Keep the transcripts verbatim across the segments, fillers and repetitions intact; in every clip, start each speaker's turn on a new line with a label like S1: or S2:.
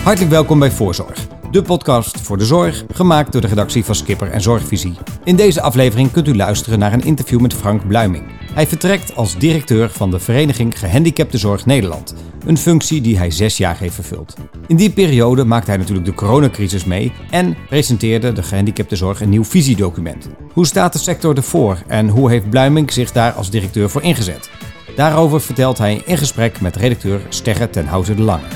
S1: Hartelijk welkom bij Voorzorg, de podcast voor de zorg, gemaakt door de redactie van Skipper en Zorgvisie. In deze aflevering kunt u luisteren naar een interview met Frank Bluiming. Hij vertrekt als directeur van de Vereniging Gehandicaptenzorg Nederland, een functie die hij zes jaar heeft vervuld. In die periode maakte hij natuurlijk de coronacrisis mee en presenteerde de gehandicaptenzorg een nieuw visiedocument. Hoe staat de sector ervoor en hoe heeft Bluiming zich daar als directeur voor ingezet? Daarover vertelt hij in gesprek met redacteur Stegge ten Houze de Lange.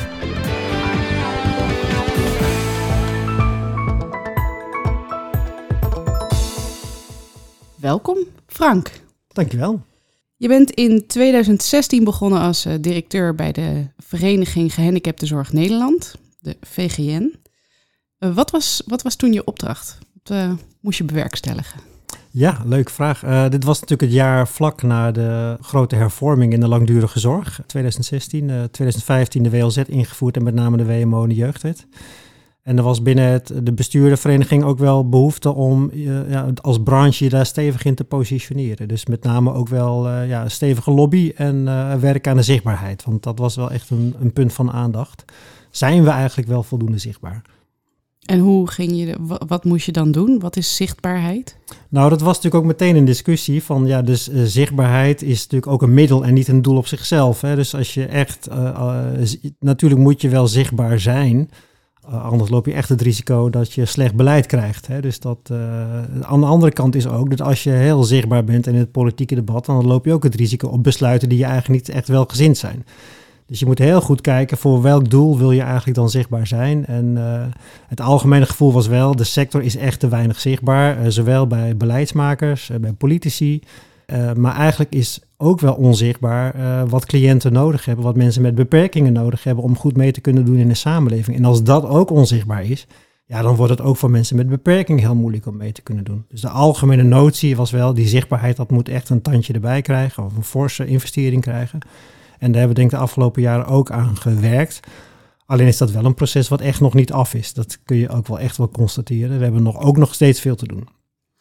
S2: Welkom, Frank.
S3: Dankjewel.
S2: Je bent in tweeduizend zestien begonnen als uh, directeur bij de Vereniging Gehandicaptenzorg Nederland, de V G N. Uh, wat, was, wat was toen je opdracht? Wat uh, moest je bewerkstelligen?
S3: Ja, leuke vraag. Uh, dit was natuurlijk het jaar vlak na de grote hervorming in de langdurige zorg. tweeduizend zestien, uh, tweeduizend vijftien de W L Z ingevoerd en met name de W M O en de jeugdwet. En er was binnen het, de bestuurdervereniging ook wel behoefte om uh, ja, als branche je daar stevig in te positioneren. Dus met name ook wel uh, ja, stevige lobby en uh, werk aan de zichtbaarheid. Want dat was wel echt een, een punt van aandacht. Zijn we eigenlijk wel voldoende zichtbaar?
S2: En hoe ging je, wat moest je dan doen? Wat is zichtbaarheid?
S3: Nou, dat was natuurlijk ook meteen een discussie van, ja, dus uh, zichtbaarheid is natuurlijk ook een middel en niet een doel op zichzelf. Hè? Dus als je echt, uh, uh, natuurlijk moet je wel zichtbaar zijn. Uh, anders loop je echt het risico dat je slecht beleid krijgt. Hè? Dus dat, uh, aan de andere kant is ook dat als je heel zichtbaar bent in het politieke debat, dan loop je ook het risico op besluiten die je eigenlijk niet echt welgezind zijn. Dus je moet heel goed kijken voor welk doel wil je eigenlijk dan zichtbaar zijn. En uh, het algemene gevoel was wel, de sector is echt te weinig zichtbaar. Uh, zowel bij beleidsmakers, uh, bij politici. Uh, maar eigenlijk is ook wel onzichtbaar uh, wat cliënten nodig hebben, wat mensen met beperkingen nodig hebben om goed mee te kunnen doen in de samenleving. En als dat ook onzichtbaar is, ja, dan wordt het ook voor mensen met beperkingen heel moeilijk om mee te kunnen doen. Dus de algemene notie was wel, die zichtbaarheid, dat moet echt een tandje erbij krijgen of een forse investering krijgen. En daar hebben we denk ik de afgelopen jaren ook aan gewerkt. Alleen is dat wel een proces wat echt nog niet af is. Dat kun je ook wel echt wel constateren. We hebben nog, ook nog steeds veel te doen.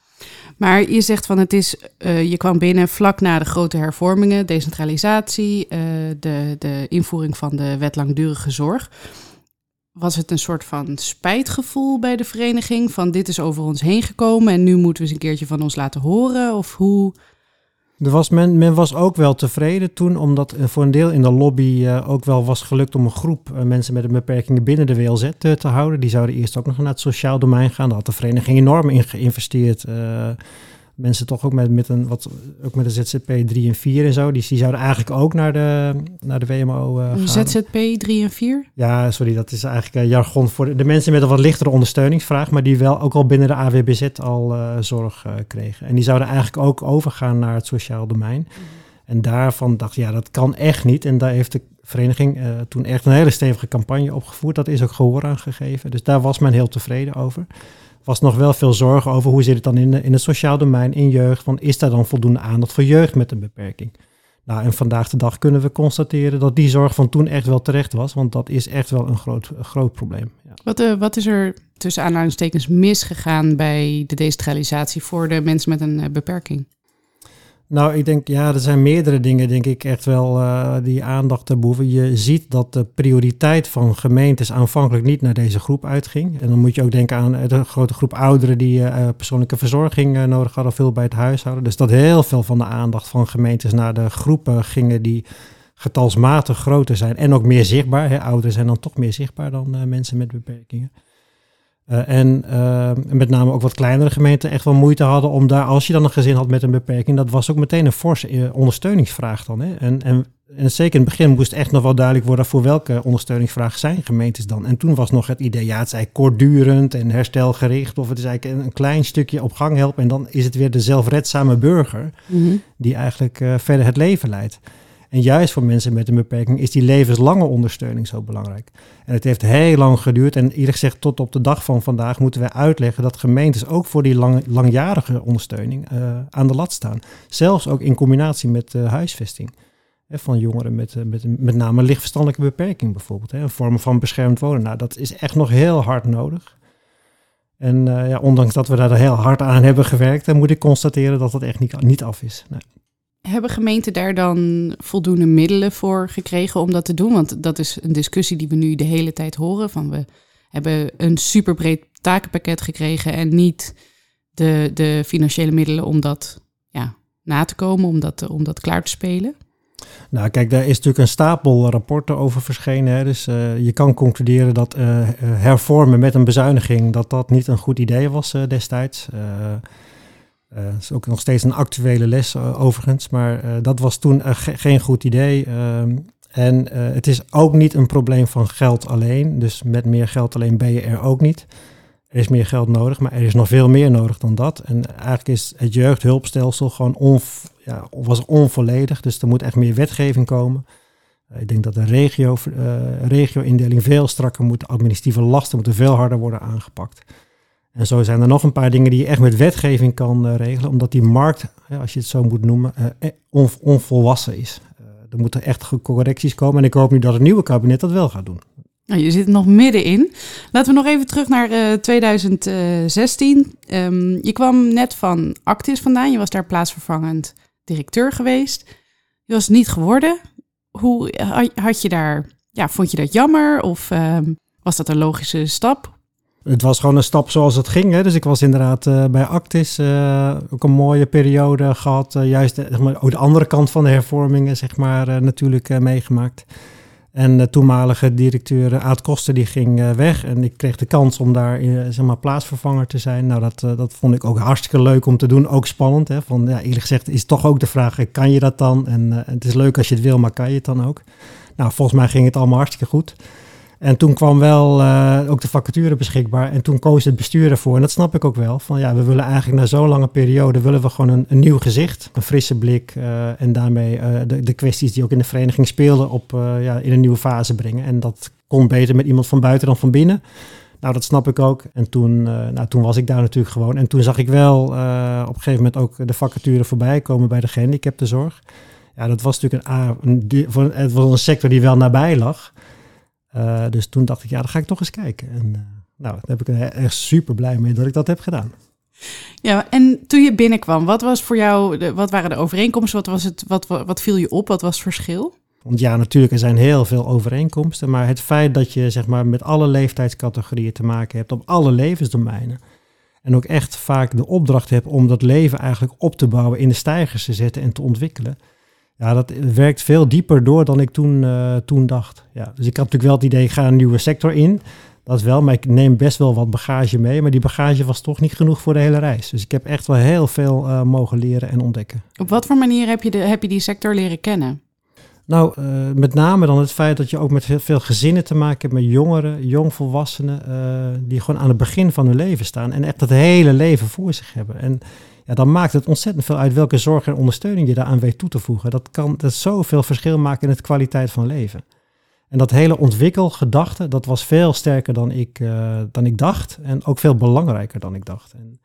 S2: Maar je zegt van het is, uh, je kwam binnen vlak na de grote hervormingen, decentralisatie, uh, de, de invoering van de wet langdurige zorg. Was het een soort van spijtgevoel bij de vereniging van dit is over ons heen gekomen en nu moeten we eens een keertje van ons laten horen? Of hoe?
S3: Er was men, men was ook wel tevreden toen, omdat voor een deel in de lobby uh, ook wel was gelukt om een groep uh, mensen met een beperking binnen de W L Z uh, te houden. Die zouden eerst ook nog naar het sociaal domein gaan. Daar had de vereniging enorm in geïnvesteerd. Uh, mensen toch ook met, met een wat ook met een Z Z P drie en vier en zo. Die, die zouden eigenlijk ook naar de, naar de W M O uh, gaan.
S2: Z Z P drie en vier?
S3: Ja, sorry, dat is eigenlijk uh, jargon voor de, de mensen met een wat lichtere ondersteuningsvraag, maar die wel ook al binnen de A W B Z al uh, zorg uh, kregen. En die zouden eigenlijk ook overgaan naar het sociaal domein. Mm. En daarvan dacht ja, dat kan echt niet. En daar heeft de vereniging uh, toen echt een hele stevige campagne opgevoerd. Dat is ook gehoor aan gegeven. Dus daar was men heel tevreden over. Was nog wel veel zorgen over hoe zit het dan in, de, in het sociaal domein, in jeugd. Van, is daar dan voldoende aandacht voor jeugd met een beperking? Nou, en vandaag de dag kunnen we constateren dat die zorg van toen echt wel terecht was. Want dat is echt wel een groot, een groot probleem. Ja.
S2: Wat, uh, wat is er tussen aanhalingstekens misgegaan bij de decentralisatie voor de mensen met een uh, beperking?
S3: Nou, ik denk, ja, er zijn meerdere dingen, denk ik, echt wel uh, die aandacht te behoeven. Je ziet dat de prioriteit van gemeentes aanvankelijk niet naar deze groep uitging. En dan moet je ook denken aan de grote groep ouderen die uh, persoonlijke verzorging uh, nodig hadden, veel bij het huishouden. Dus dat heel veel van de aandacht van gemeentes naar de groepen gingen die getalsmatig groter zijn en ook meer zichtbaar. Hè. Ouderen zijn dan toch meer zichtbaar dan uh, mensen met beperkingen. Uh, en uh, met name ook wat kleinere gemeenten echt wel moeite hadden om daar, als je dan een gezin had met een beperking, dat was ook meteen een forse uh, ondersteuningsvraag dan. Hè? En, en, en zeker in het begin moest echt nog wel duidelijk worden voor welke ondersteuningsvraag zijn gemeentes dan. En toen was nog het idee, ja, het is eigenlijk kortdurend en herstelgericht, of het is eigenlijk een, een klein stukje op gang helpen en dan is het weer de zelfredzame burger mm-hmm. die eigenlijk uh, verder het leven leidt. En juist voor mensen met een beperking is die levenslange ondersteuning zo belangrijk. En het heeft heel lang geduurd. En eerlijk gezegd, tot op de dag van vandaag moeten wij uitleggen dat gemeentes ook voor die lang, langjarige ondersteuning uh, aan de lat staan. Zelfs ook in combinatie met uh, huisvesting. Hè, van jongeren met, uh, met met name lichtverstandelijke beperking bijvoorbeeld. Hè, een vorm van beschermd wonen. Nou, dat is echt nog heel hard nodig. En uh, ja, ondanks dat we daar heel hard aan hebben gewerkt, dan moet ik constateren dat dat echt niet, niet af is. Nee.
S2: Hebben gemeenten daar dan voldoende middelen voor gekregen om dat te doen? Want dat is een discussie die we nu de hele tijd horen. Van we hebben een superbreed takenpakket gekregen en niet de, de financiële middelen om dat ja, na te komen, om dat, om dat klaar te spelen.
S3: Nou kijk, daar is natuurlijk een stapel rapporten over verschenen. Hè. Dus uh, je kan concluderen dat uh, hervormen met een bezuiniging, dat dat niet een goed idee was uh, destijds. Uh, uh, dat is ook nog steeds een actuele les uh, overigens, maar uh, dat was toen uh, ge- geen goed idee. Uh, en uh, het is ook niet een probleem van geld alleen. Dus met meer geld alleen ben je er ook niet. Er is meer geld nodig, maar er is nog veel meer nodig dan dat. En eigenlijk is het jeugdhulpstelsel gewoon onv- ja, was onvolledig. Dus er moet echt meer wetgeving komen. Uh, ik denk dat de regio, uh, regio-indeling veel strakker moet. De administratieve lasten moeten veel harder worden aangepakt. En zo zijn er nog een paar dingen die je echt met wetgeving kan uh, regelen. Omdat die markt, uh, als je het zo moet noemen, uh, on- onvolwassen is. Uh, er moeten echt correcties komen. En ik hoop nu dat het nieuwe kabinet dat wel gaat doen.
S2: Nou, je zit er nog middenin. Laten we nog even terug naar uh, twintig zestien. Um, je kwam net van Actis vandaan. Je was daar plaatsvervangend directeur geweest. Je was het niet geworden. Hoe had je daar? Ja, vond je dat jammer? Of um, was dat een logische stap?
S3: Het was gewoon een stap zoals het ging. Hè. Dus ik was inderdaad uh, bij Actis uh, ook een mooie periode gehad. Uh, juist de, zeg maar, ook de andere kant van de hervormingen zeg maar, uh, natuurlijk uh, meegemaakt. En de toenmalige directeur Aad Koster die ging uh, weg. En ik kreeg de kans om daar uh, zeg maar, plaatsvervanger te zijn. Nou, dat, uh, dat vond ik ook hartstikke leuk om te doen. Ook spannend. Hè. Van, ja, eerlijk gezegd is toch ook de vraag, kan je dat dan? En uh, het is leuk als je het wil, maar kan je het dan ook? Nou, volgens mij ging het allemaal hartstikke goed. En toen kwam wel uh, ook de vacature beschikbaar. En toen koos het bestuur ervoor. En dat snap ik ook wel. Van ja, we willen eigenlijk na zo'n lange periode willen we gewoon een, een nieuw gezicht. Een frisse blik. Uh, en daarmee uh, de, de kwesties die ook in de vereniging speelden op, uh, ja, in een nieuwe fase brengen. En dat kon beter met iemand van buiten dan van binnen. Nou, dat snap ik ook. En toen, uh, nou, toen was ik daar natuurlijk gewoon. En toen zag ik wel uh, op een gegeven moment ook de vacature voorbij komen bij de gehandicaptenzorg. Ja, dat was natuurlijk een, een, het was een sector die wel nabij lag. Uh, dus toen dacht ik, ja, dan ga ik toch eens kijken. En uh, nou, daar heb ik er echt super blij mee dat ik dat heb gedaan.
S2: Ja, en toen je binnenkwam, wat was voor jou, de, wat waren de overeenkomsten? Wat was het, wat, wat, wat viel je op? Wat was het verschil?
S3: Want ja, natuurlijk, er zijn heel veel overeenkomsten. Maar het feit dat je zeg maar met alle leeftijdscategorieën te maken hebt, op alle levensdomeinen. En ook echt vaak de opdracht hebt om dat leven eigenlijk op te bouwen, in de steigers te zetten en te ontwikkelen. Ja, dat werkt veel dieper door dan ik toen, uh, toen dacht. Ja, dus ik had natuurlijk wel het idee, ik ga een nieuwe sector in. Dat wel, maar ik neem best wel wat bagage mee. Maar die bagage was toch niet genoeg voor de hele reis. Dus ik heb echt wel heel veel uh, mogen leren en ontdekken.
S2: Op wat voor manier heb je, de, heb je die sector leren kennen?
S3: Nou, uh, met name dan het feit dat je ook met heel veel gezinnen te maken hebt. Met jongeren, jongvolwassenen. Uh, die gewoon aan het begin van hun leven staan. En echt het hele leven voor zich hebben. En ja, dan maakt het ontzettend veel uit welke zorg en ondersteuning je daaraan weet toe te voegen. Dat kan dat zoveel verschil maken in de kwaliteit van leven. En dat hele ontwikkelgedachte, dat was veel sterker dan ik, uh, dan ik dacht. En ook veel belangrijker dan ik dacht. En,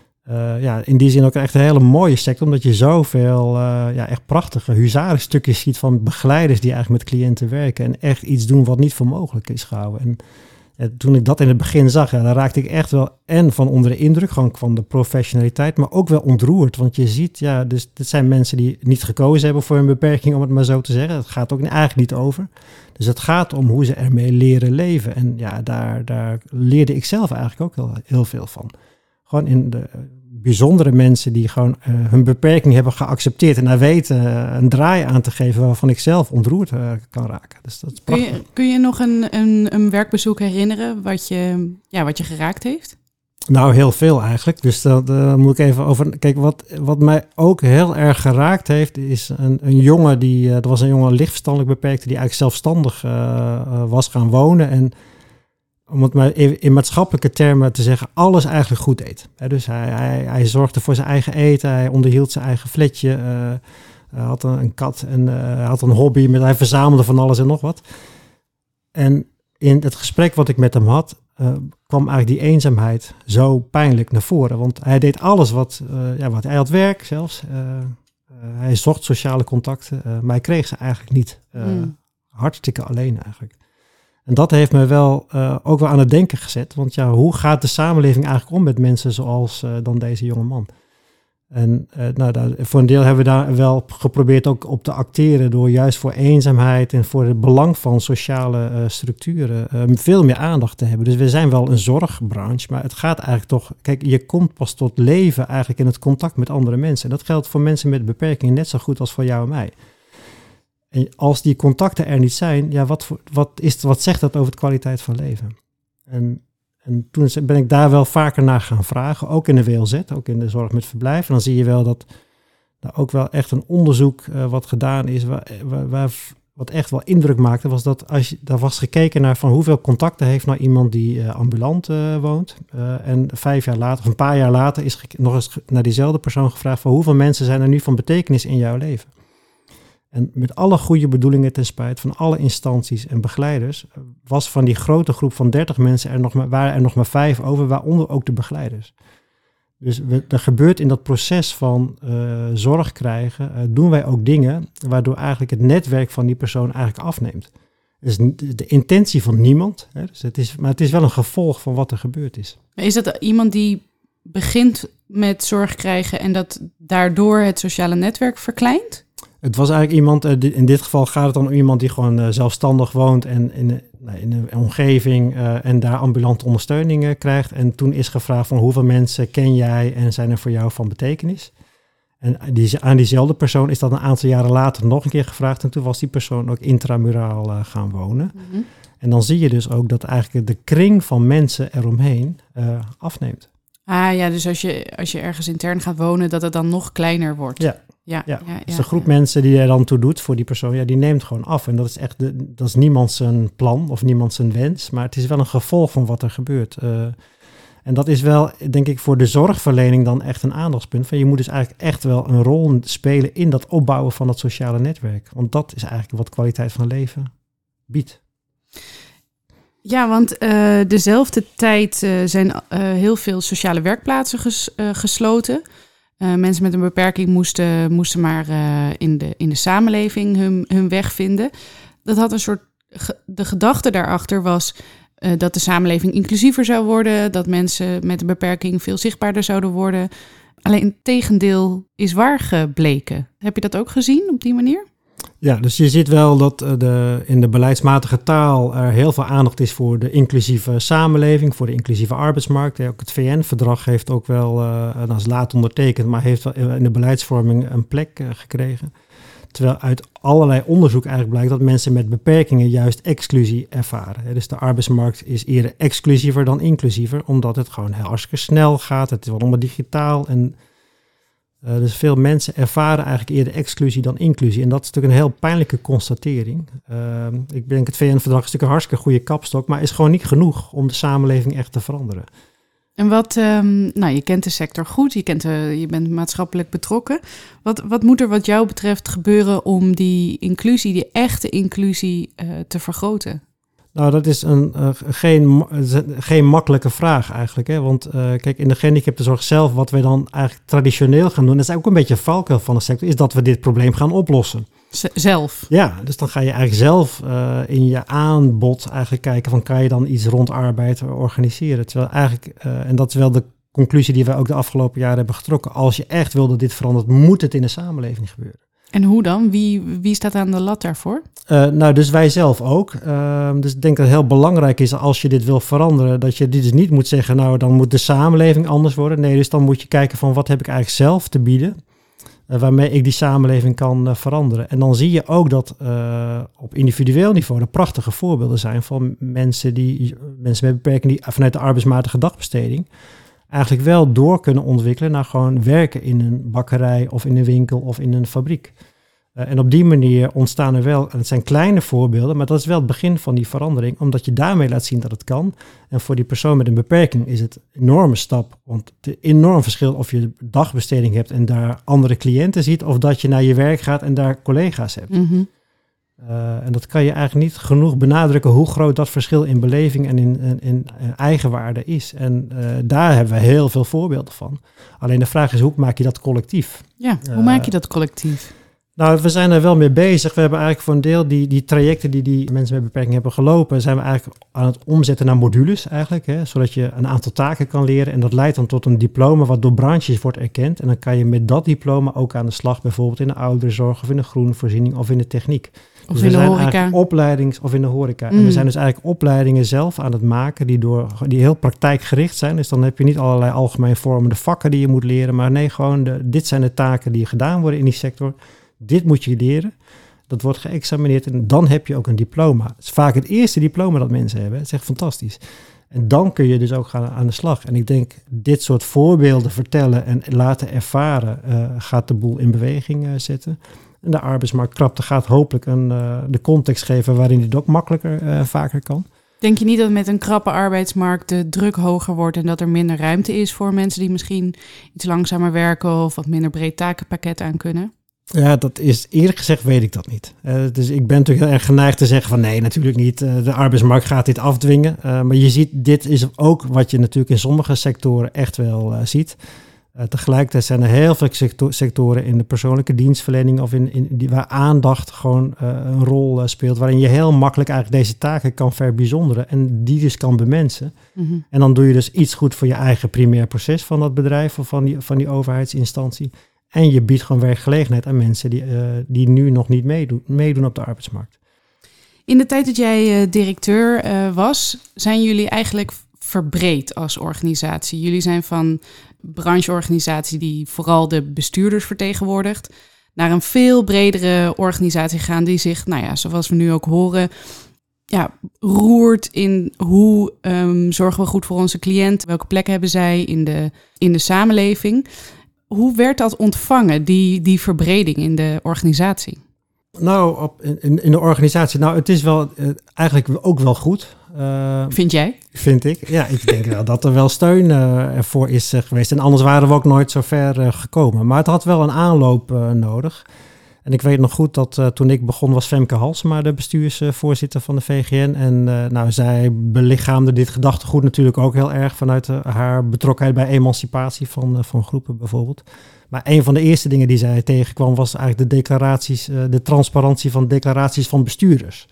S3: uh, ja, in die zin ook echt een hele mooie sector. Omdat je zoveel uh, ja, echt prachtige huzarenstukjes ziet van begeleiders die eigenlijk met cliënten werken. En echt iets doen wat niet voor mogelijk is gehouden. En ja, toen ik dat in het begin zag, ja, dan raakte ik echt wel en van onder de indruk, gewoon van de professionaliteit, maar ook wel ontroerd. Want je ziet, ja, dus dit zijn mensen die niet gekozen hebben voor een beperking, om het maar zo te zeggen. Het gaat ook eigenlijk niet over. Dus het gaat om hoe ze ermee leren leven. En ja, daar, daar leerde ik zelf eigenlijk ook heel, heel veel van. Gewoon in de bijzondere mensen die gewoon uh, hun beperking hebben geaccepteerd en daar weten uh, een draai aan te geven waarvan ik zelf ontroerd uh, kan raken. Dus dat is
S2: kun, je, kun je nog een, een, een werkbezoek herinneren wat je, ja, wat je geraakt heeft?
S3: Nou, heel veel eigenlijk. Dus daar uh, moet ik even over... Kijk, wat, wat mij ook heel erg geraakt heeft, is een, een jongen die... Uh, er was een jongen lichtverstandelijk beperkte die eigenlijk zelfstandig uh, uh, was gaan wonen. En om het maar in, in maatschappelijke termen te zeggen, alles eigenlijk goed deed. He, dus hij, hij, hij zorgde voor zijn eigen eten, hij onderhield zijn eigen fletje, uh, hij had een, een kat en uh, hij had een hobby, met, hij verzamelde van alles en nog wat. En in het gesprek wat ik met hem had, uh, kwam eigenlijk die eenzaamheid zo pijnlijk naar voren. Want hij deed alles wat, uh, ja, wat hij had werk zelfs. Uh, uh, hij zocht sociale contacten, uh, maar hij kreeg ze eigenlijk niet. Uh, mm. Hartstikke alleen eigenlijk. En dat heeft me wel uh, ook wel aan het denken gezet. Want ja, hoe gaat de samenleving eigenlijk om met mensen zoals uh, dan deze jonge man? En uh, nou, daar, voor een deel hebben we daar wel geprobeerd ook op te acteren door juist voor eenzaamheid en voor het belang van sociale uh, structuren uh, veel meer aandacht te hebben. Dus we zijn wel een zorgbranche, maar het gaat eigenlijk toch... Kijk, je komt pas tot leven eigenlijk in het contact met andere mensen. En dat geldt voor mensen met beperkingen net zo goed als voor jou en mij. En als die contacten er niet zijn, ja, wat, voor, wat, is, wat zegt dat over de kwaliteit van leven? En... En toen ben ik daar wel vaker naar gaan vragen, ook in de W L Z, ook in de zorg met verblijf. En dan zie je wel dat er ook wel echt een onderzoek uh, wat gedaan is, waar, waar, waar, wat echt wel indruk maakte, was dat als je, daar was gekeken naar van hoeveel contacten heeft nou iemand die uh, ambulant uh, woont. Uh, en vijf jaar later, of een paar jaar later, is ge- nog eens ge- naar diezelfde persoon gevraagd van hoeveel mensen zijn er nu van betekenis in jouw leven. En met alle goede bedoelingen ten spijt van alle instanties en begeleiders, was van die grote groep van dertig mensen er nog maar, waren er nog maar vijf over, waaronder ook de begeleiders. Dus we, er gebeurt in dat proces van uh, zorg krijgen, uh, doen wij ook dingen waardoor eigenlijk het netwerk van die persoon eigenlijk afneemt. Dus de intentie van niemand, hè, dus het is, maar het is wel een gevolg van wat er gebeurd is.
S2: Is dat iemand die begint met zorg krijgen en dat daardoor het sociale netwerk verkleint?
S3: Het was eigenlijk iemand, in dit geval gaat het dan om iemand die gewoon uh, zelfstandig woont en in, in een omgeving uh, en daar ambulante ondersteuning uh, krijgt. En toen is gevraagd van hoeveel mensen ken jij en zijn er voor jou van betekenis? En die, aan diezelfde persoon is dat een aantal jaren later nog een keer gevraagd en toen was die persoon ook intramuraal uh, gaan wonen. Mm-hmm. En dan zie je dus ook dat eigenlijk de kring van mensen eromheen uh, afneemt.
S2: Ah ja, dus als je, als je ergens intern gaat wonen, dat het dan nog kleiner wordt.
S3: Ja.
S2: Ja,
S3: ja.
S2: ja,
S3: dus de groep
S2: ja.
S3: mensen die er dan toe doet voor die persoon, ja, die neemt gewoon af. En dat is echt, de, dat is niemand zijn plan of niemand zijn wens, maar het is wel een gevolg van wat er gebeurt. Uh, en dat is wel, denk ik, voor de zorgverlening dan echt een aandachtspunt. Van je moet dus eigenlijk echt wel een rol spelen in dat opbouwen van het sociale netwerk. Want dat is eigenlijk wat kwaliteit van leven biedt.
S2: Ja, want uh, dezelfde tijd uh, zijn uh, heel veel sociale werkplaatsen ges, uh, gesloten. Uh, mensen met een beperking moesten, moesten maar uh, in, de, in de samenleving hun, hun weg vinden. Dat had een soort... Ge, de gedachte daarachter was uh, dat de samenleving inclusiever zou worden. Dat mensen met een beperking veel zichtbaarder zouden worden. Alleen het tegendeel is waar gebleken. Heb je dat ook gezien op die manier?
S3: Ja, dus je ziet wel dat de, in de beleidsmatige taal er heel veel aandacht is voor de inclusieve samenleving, voor de inclusieve arbeidsmarkt. Ook het V N-verdrag heeft ook wel, uh, dat is laat ondertekend, maar heeft wel in de beleidsvorming een plek uh, gekregen. Terwijl uit allerlei onderzoek eigenlijk blijkt dat mensen met beperkingen juist exclusie ervaren. Dus de arbeidsmarkt is eerder exclusiever dan inclusiever, omdat het gewoon heel hartstikke snel gaat. Het is wel allemaal digitaal en... Uh, dus veel mensen ervaren eigenlijk eerder exclusie dan inclusie. En dat is natuurlijk een heel pijnlijke constatering. Uh, ik denk het V N-verdrag is natuurlijk een hartstikke goede kapstok, maar is gewoon niet genoeg om de samenleving echt te veranderen.
S2: En wat, um, nou je kent de sector goed, je, kent de, je bent maatschappelijk betrokken. Wat, wat moet er wat jou betreft gebeuren om die inclusie, die echte inclusie uh, te vergroten? Nou, dat is een, uh, geen, geen makkelijke vraag eigenlijk. Hè? Want uh, kijk, in de gehandicaptenzorg zelf, wat wij dan eigenlijk traditioneel gaan doen, dat is ook een beetje een valkuil van de sector, is dat we dit probleem gaan oplossen. Z- zelf? Ja, dus dan ga je eigenlijk zelf uh, in je aanbod eigenlijk kijken van, kan je dan iets rond arbeid organiseren? Terwijl eigenlijk, uh, en dat is wel de conclusie die wij ook de afgelopen jaren hebben getrokken, als je echt wil dat dit verandert, moet het in de samenleving gebeuren. En hoe dan? Wie, wie staat aan de lat daarvoor? Uh, nou, dus wij zelf ook. Uh, dus ik denk dat het heel belangrijk is als je dit wil veranderen, dat je dit dus niet moet zeggen, nou, dan moet de samenleving anders worden. Nee, dus dan moet je kijken van, wat heb ik eigenlijk zelf te bieden, uh, waarmee ik die samenleving kan uh, veranderen. En dan zie je ook dat uh, op individueel niveau er prachtige voorbeelden zijn van mensen, die, mensen met beperkingen die vanuit de arbeidsmatige dagbesteding eigenlijk wel door kunnen ontwikkelen naar gewoon werken in een bakkerij of in een winkel of in een fabriek. Uh, en op die manier ontstaan er wel, en het zijn kleine voorbeelden, maar dat is wel het begin van die verandering, omdat je daarmee laat zien dat het kan. En voor die persoon met een beperking is het een enorme stap, want het is een enorm verschil of je dagbesteding hebt en daar andere cliënten ziet, of dat je naar je werk gaat en daar collega's hebt. Mm-hmm. Uh, en dat kan je eigenlijk niet genoeg benadrukken hoe groot dat verschil in beleving en in, in, in eigenwaarde is. En uh, daar hebben we heel veel voorbeelden van. Alleen de vraag is, hoe maak je dat collectief? Ja, hoe uh, maak je dat collectief?
S3: Nou, we zijn er wel mee bezig. We hebben eigenlijk voor een deel die, die trajecten die die mensen met beperking hebben gelopen, zijn we eigenlijk aan het omzetten naar modules eigenlijk. Hè, zodat je een aantal taken kan leren. En dat leidt dan tot een diploma wat door branches wordt erkend. En dan kan je met dat diploma ook aan de slag, bijvoorbeeld in de ouderenzorg of in de groenvoorziening of in de techniek.
S2: Of
S3: dus
S2: in
S3: we
S2: de
S3: zijn
S2: horeca.
S3: eigenlijk opleidings of in de horeca.
S2: Mm.
S3: En we zijn dus eigenlijk opleidingen zelf aan het maken die, door, die heel praktijkgericht zijn. Dus dan heb je niet allerlei algemeen vormende vakken die je moet leren. Maar nee, gewoon de, dit zijn de taken die gedaan worden in die sector. Dit moet je leren. Dat wordt geëxamineerd en dan heb je ook een diploma. Het is vaak het eerste diploma dat mensen hebben. Het is echt fantastisch. En dan kun je dus ook gaan aan de slag. En ik denk, dit soort voorbeelden vertellen en laten ervaren uh, gaat de boel in beweging uh, zetten. En de arbeidsmarktkrapte gaat hopelijk een, uh, de context geven waarin dit ook makkelijker uh, vaker kan.
S2: Denk je niet dat met een krappe arbeidsmarkt de druk hoger wordt en dat er minder ruimte is voor mensen die misschien iets langzamer werken of wat minder breed takenpakket aan kunnen?
S3: Ja, dat is eerlijk gezegd weet ik dat niet. Uh, dus ik ben natuurlijk heel erg geneigd te zeggen van nee, natuurlijk niet. Uh, de arbeidsmarkt gaat dit afdwingen. Uh, maar je ziet, dit is ook wat je natuurlijk in sommige sectoren echt wel uh, ziet. Uh, tegelijkertijd zijn er heel veel sector- sectoren in de persoonlijke dienstverlening of in, in die, waar aandacht gewoon uh, een rol uh, speelt. Waarin je heel makkelijk eigenlijk deze taken kan verbijzonderen en die dus kan bemensen.
S2: Mm-hmm.
S3: En dan doe je dus iets goed voor je eigen primair proces van dat bedrijf of van die, van die overheidsinstantie. En je biedt gewoon werkgelegenheid aan mensen die, uh, die nu nog niet meedoen, meedoen op de arbeidsmarkt.
S2: In de tijd dat jij uh, directeur uh, was, zijn jullie eigenlijk verbreed als organisatie. Jullie zijn van brancheorganisatie die vooral de bestuurders vertegenwoordigt, naar een veel bredere organisatie gaan die zich, nou ja, zoals we nu ook horen, ja, roert in hoe um, zorgen we goed voor onze cliënt, welke plekken hebben zij in de, in de samenleving. Hoe werd dat ontvangen, die, die verbreding in de organisatie? Nou, op, in, in de organisatie, nou, het is wel uh, eigenlijk ook wel goed. Uh, Vind jij?
S3: Vind ik. Ja, ik denk wel dat er wel steun uh, ervoor is uh, geweest. En anders waren we ook nooit zo ver uh, gekomen. Maar het had wel een aanloop uh, nodig. En ik weet nog goed dat uh, toen ik begon was Femke Halsema de bestuursvoorzitter van de V G N. En uh, nou, zij belichaamde dit gedachtegoed natuurlijk ook heel erg vanuit uh, haar betrokkenheid bij emancipatie van, uh, van groepen bijvoorbeeld. Maar een van de eerste dingen die zij tegenkwam was eigenlijk de declaraties, uh, de transparantie van declaraties van bestuurders.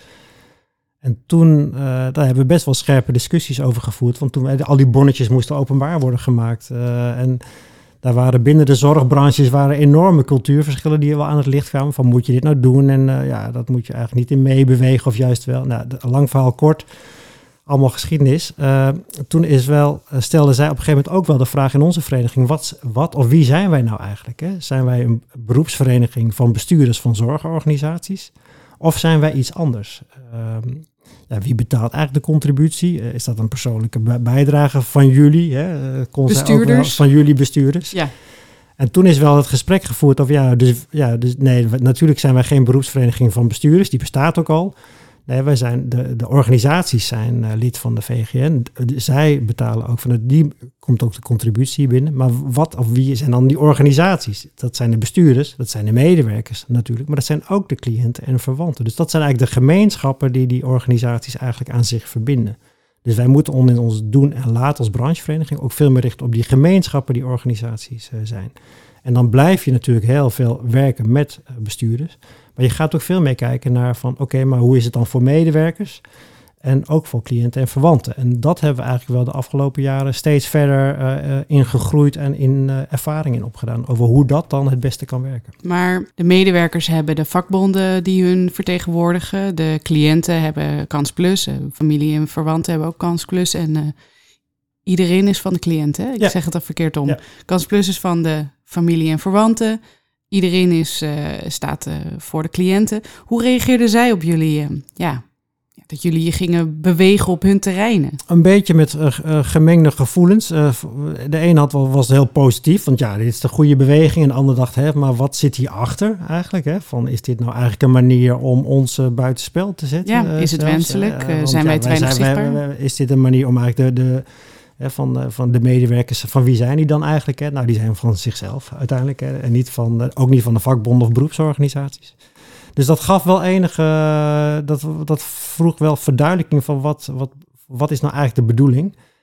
S3: En toen, uh, daar hebben we best wel scherpe discussies over gevoerd. Want toen al die bonnetjes moesten openbaar worden gemaakt. Uh, en daar waren binnen de zorgbranches waren enorme cultuurverschillen die wel aan het licht kwamen. Van moet je dit nou doen? En uh, ja, dat moet je eigenlijk niet in meebewegen of juist wel. Nou, de, lang verhaal kort, allemaal geschiedenis. Uh, toen is wel, uh, stelde zij op een gegeven moment ook wel de vraag in onze vereniging. Wat, wat of wie zijn wij nou eigenlijk? Hè? Zijn wij een beroepsvereniging van bestuurders van zorgorganisaties? Of zijn wij iets anders? Uh, ja, wie betaalt eigenlijk de contributie? Uh, is dat een persoonlijke bijdrage van jullie? Hè? Uh, kon
S2: bestuurders?
S3: Wel, van jullie bestuurders?
S2: Ja.
S3: En toen is wel het gesprek gevoerd over, ja, dus, ja, dus nee, natuurlijk zijn wij geen beroepsvereniging van bestuurders. Die bestaat ook al. Nee, wij zijn de, de organisaties zijn uh, lid van de V G N. De, zij betalen ook van het, die komt ook de contributie binnen. Maar wat of wie zijn dan die organisaties? Dat zijn de bestuurders, dat zijn de medewerkers natuurlijk, maar dat zijn ook de cliënten en verwanten. Dus dat zijn eigenlijk de gemeenschappen die die organisaties eigenlijk aan zich verbinden. Dus wij moeten in ons doen en laten als branchevereniging ook veel meer richten op die gemeenschappen die organisaties uh, zijn. En dan blijf je natuurlijk heel veel werken met uh, bestuurders. Maar je gaat ook veel meer kijken naar van oké, okay, maar hoe is het dan voor medewerkers? En ook voor cliënten en verwanten. En dat hebben we eigenlijk wel de afgelopen jaren steeds verder uh, uh, ingegroeid en in uh, ervaring in opgedaan. Over hoe dat dan het beste kan werken.
S2: Maar de medewerkers hebben de vakbonden die hun vertegenwoordigen. De cliënten hebben Kans Plus. Uh, familie en verwanten hebben ook Kans Plus. En uh, iedereen is van de cliënten. Ik ja. zeg het al verkeerd om. Ja. Kans Plus is van de familie en verwanten. Iedereen is, uh, staat uh, voor de cliënten. Hoe reageerden zij op jullie, uh, ja, dat jullie je gingen bewegen op hun terreinen?
S3: Een beetje met uh, uh, gemengde gevoelens. Uh, de een had wel, was heel positief, want ja, dit is de goede beweging. En de ander dacht, hè, maar wat zit hierachter eigenlijk? Hè? Van, is dit nou eigenlijk een manier om ons uh, buitenspel te zetten?
S2: Ja, is het
S3: uh,
S2: wenselijk? Uh,
S3: uh,
S2: zijn wij
S3: ja,
S2: te weinig
S3: zijn,
S2: zichtbaar?
S3: wij, wij, is dit een manier om eigenlijk de... de Van, van de medewerkers, van wie zijn die dan eigenlijk? Hè? Nou, die zijn van zichzelf uiteindelijk. Hè? En niet van, ook niet van de vakbonden of beroepsorganisaties. Dus dat gaf wel enige, dat, dat vroeg wel verduidelijking van wat, wat, wat is nou eigenlijk de bedoeling. En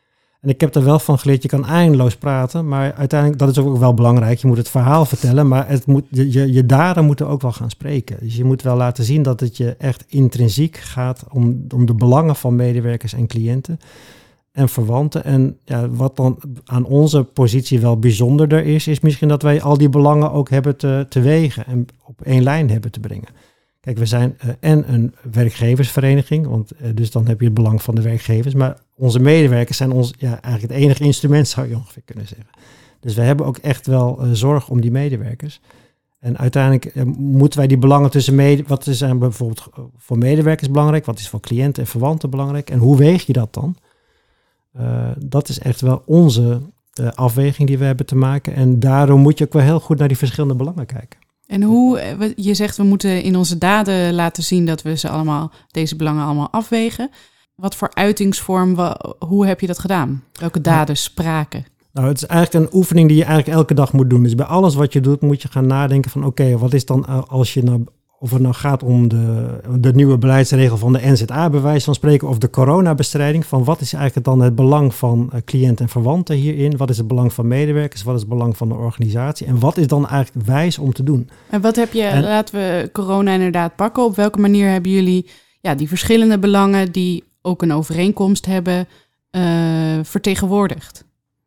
S3: En ik heb er wel van geleerd, je kan eindeloos praten, maar uiteindelijk, dat is ook wel belangrijk, je moet het verhaal vertellen, maar het moet, je, je daden moeten ook wel gaan spreken. Dus je moet wel laten zien dat het je echt intrinsiek gaat om, om de belangen van medewerkers en cliënten en verwanten. En ja, wat dan aan onze positie wel bijzonderder is, is misschien dat wij al die belangen ook hebben te, te wegen en op één lijn hebben te brengen. Kijk, we zijn uh, en een werkgeversvereniging, want uh, dus dan heb je het belang van de werkgevers. Maar onze medewerkers zijn ons ja, eigenlijk het enige instrument, zou je ongeveer kunnen zeggen. Dus we hebben ook echt wel uh, zorg om die medewerkers. En uiteindelijk uh, moeten wij die belangen tussen mede, wat is uh, bijvoorbeeld voor medewerkers belangrijk, wat is voor cliënten en verwanten belangrijk en hoe weeg je dat dan? Uh, dat is echt wel onze uh, afweging die we hebben te maken. En daarom moet je ook wel heel goed naar die verschillende belangen kijken.
S2: En hoe, je zegt we moeten in onze daden laten zien dat we ze allemaal, deze belangen allemaal afwegen. Wat voor uitingsvorm, hoe heb je dat gedaan? Welke daden spraken?
S3: Nou, het is eigenlijk een oefening die je eigenlijk elke dag moet doen. Dus bij alles wat je doet moet je gaan nadenken van oké, okay, wat is dan als je nou, of het nou gaat om de, de nieuwe beleidsregel van de N Z A, bij wijze van spreken, of de coronabestrijding, van wat is eigenlijk dan het belang van uh, cliënten en verwanten hierin? Wat is het belang van medewerkers? Wat is het belang van de organisatie? En wat is dan eigenlijk wijs om te doen?
S2: En wat heb je, en, laten we corona inderdaad pakken, op welke manier hebben jullie ja, die verschillende belangen die ook een overeenkomst hebben uh, vertegenwoordigd?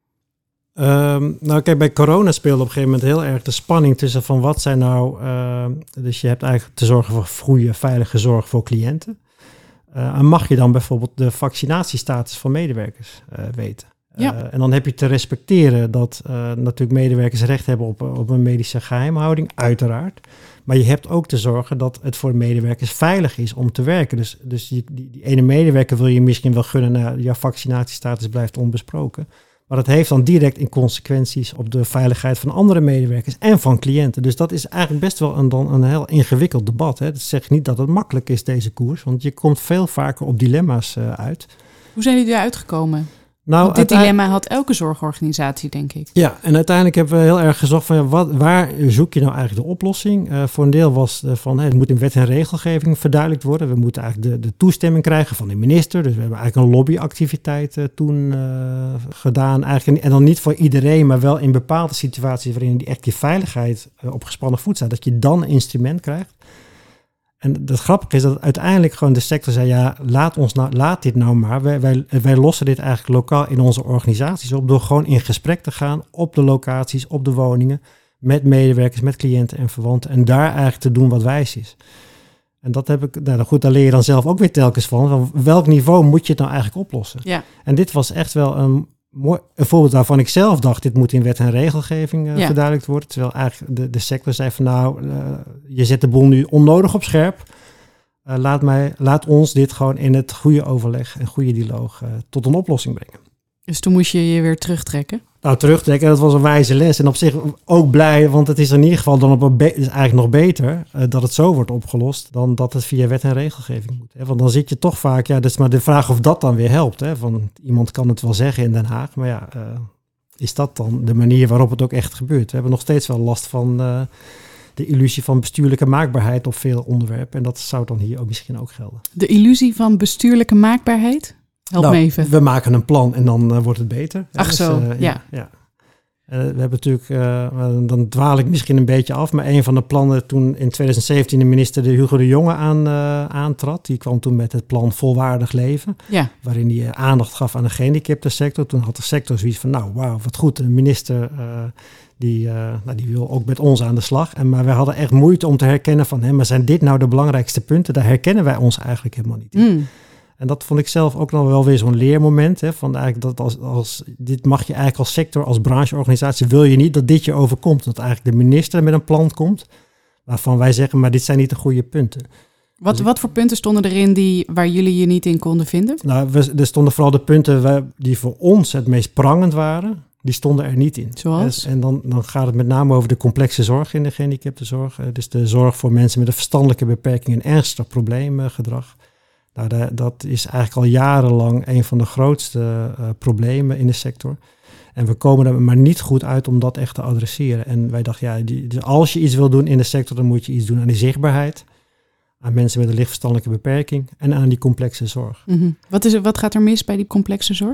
S3: Um, nou kijk, bij corona speelde op een gegeven moment heel erg de spanning tussen van wat zijn nou, uh, dus je hebt eigenlijk te zorgen voor goede, veilige zorg voor cliënten. Uh, en mag je dan bijvoorbeeld de vaccinatiestatus van medewerkers uh, weten? Ja. Uh, en dan heb je te respecteren dat uh, natuurlijk medewerkers recht hebben op, op een medische geheimhouding, uiteraard. Maar je hebt ook te zorgen dat het voor medewerkers veilig is om te werken. Dus, dus die, die, die ene medewerker wil je misschien wel gunnen, nou, jouw vaccinatiestatus blijft onbesproken. Maar dat heeft dan direct in consequenties op de veiligheid van andere medewerkers en van cliënten. Dus dat is eigenlijk best wel een, dan een heel ingewikkeld debat. Hè. Dat zegt niet dat het makkelijk is, deze koers. Want je komt veel vaker op dilemma's uh, uit.
S2: Hoe zijn jullie eruit gekomen?
S3: Nou,
S2: Want dit dilemma had elke zorgorganisatie, denk ik.
S3: Ja, en uiteindelijk hebben we heel erg gezocht van ja, wat, waar zoek je nou eigenlijk de oplossing? Uh, voor een deel was uh, van hey, het moet in wet en regelgeving verduidelijkt worden. We moeten eigenlijk de, de toestemming krijgen van de minister. Dus we hebben eigenlijk een lobbyactiviteit uh, toen uh, gedaan. Eigenlijk, en dan niet voor iedereen, maar wel in bepaalde situaties waarin die echt die veiligheid uh, op gespannen voet staat. Dat je dan een instrument krijgt. En het grappige is dat uiteindelijk gewoon de sector zei, ja, laat, ons nou, laat dit nou maar. Wij, wij, wij lossen dit eigenlijk lokaal in onze organisaties op door gewoon in gesprek te gaan op de locaties, op de woningen, met medewerkers, met cliënten en verwanten. En daar eigenlijk te doen wat wijs is. En dat heb ik, nou goed, daar leer je dan zelf ook weer telkens van. Van welk niveau moet je het nou eigenlijk oplossen?
S2: Ja.
S3: En dit was echt wel een mooi een voorbeeld waarvan ik zelf dacht, dit moet in wet en regelgeving uh, ja. verduidelijkt worden. Terwijl eigenlijk de, de sector zei van nou, uh, je zet de boel nu onnodig op scherp. Uh, laat, mij, laat ons dit gewoon in het goede overleg en goede dialoog uh, tot een oplossing brengen.
S2: Dus toen moest je je weer terugtrekken?
S3: Nou, terugtrekken, dat was een wijze les. En op zich ook blij, want het is in ieder geval dan op een be- is eigenlijk nog beter uh, dat het zo wordt opgelost dan dat het via wet en regelgeving moet. Hè? Want dan zit je toch vaak, ja, dat is maar de vraag of dat dan weer helpt. Hè? Van, iemand kan het wel zeggen in Den Haag, maar ja, uh, is dat dan de manier waarop het ook echt gebeurt? We hebben nog steeds wel last van uh, de illusie van bestuurlijke maakbaarheid op veel onderwerpen. En dat zou dan hier ook misschien ook gelden.
S2: De illusie van bestuurlijke maakbaarheid? Help
S3: nou,
S2: me even.
S3: We maken een plan en dan uh, wordt het beter.
S2: Ach
S3: dus,
S2: zo,
S3: uh,
S2: ja.
S3: ja. ja. Uh, we hebben natuurlijk, uh, dan dwaal ik misschien een beetje af, maar een van de plannen toen in twintig zeventien de minister de Hugo de Jonge aan, uh, aantrad, die kwam toen met het plan Volwaardig Leven,
S2: ja.
S3: waarin hij uh, aandacht gaf aan de gehandicaptensector. Toen had de sector zoiets van, nou wauw, wat goed, de minister uh, die, uh, nou, die wil ook met ons aan de slag. En, maar wij hadden echt moeite om te herkennen van, hé, maar zijn dit nou de belangrijkste punten? Daar herkennen wij ons eigenlijk helemaal niet in. Mm. En dat vond ik zelf ook nog wel weer zo'n leermoment. Hè, van eigenlijk dat als, als, dit mag je eigenlijk als sector, als brancheorganisatie, wil je niet dat dit je overkomt. Dat eigenlijk de minister met een plan komt, waarvan wij zeggen, maar dit zijn niet de goede punten.
S2: Wat, dus wat voor punten stonden erin die, waar jullie je niet in konden vinden?
S3: Nou, we, er stonden vooral de punten waar, die voor ons het meest prangend waren. Die stonden er niet in.
S2: Zoals?
S3: En dan, dan gaat het met name over de complexe zorg in de gehandicaptenzorg. Dus de zorg voor mensen met een verstandelijke beperking en ernstig probleemgedrag. Nou, dat, dat is eigenlijk al jarenlang een van de grootste uh, problemen in de sector. En we komen er maar niet goed uit om dat echt te adresseren. En wij dachten, ja, die, dus als je iets wil doen in de sector, dan moet je iets doen aan die zichtbaarheid, aan mensen met een licht verstandelijke beperking en aan die complexe zorg.
S2: Mm-hmm. Wat, is, wat gaat er mis bij die complexe zorg?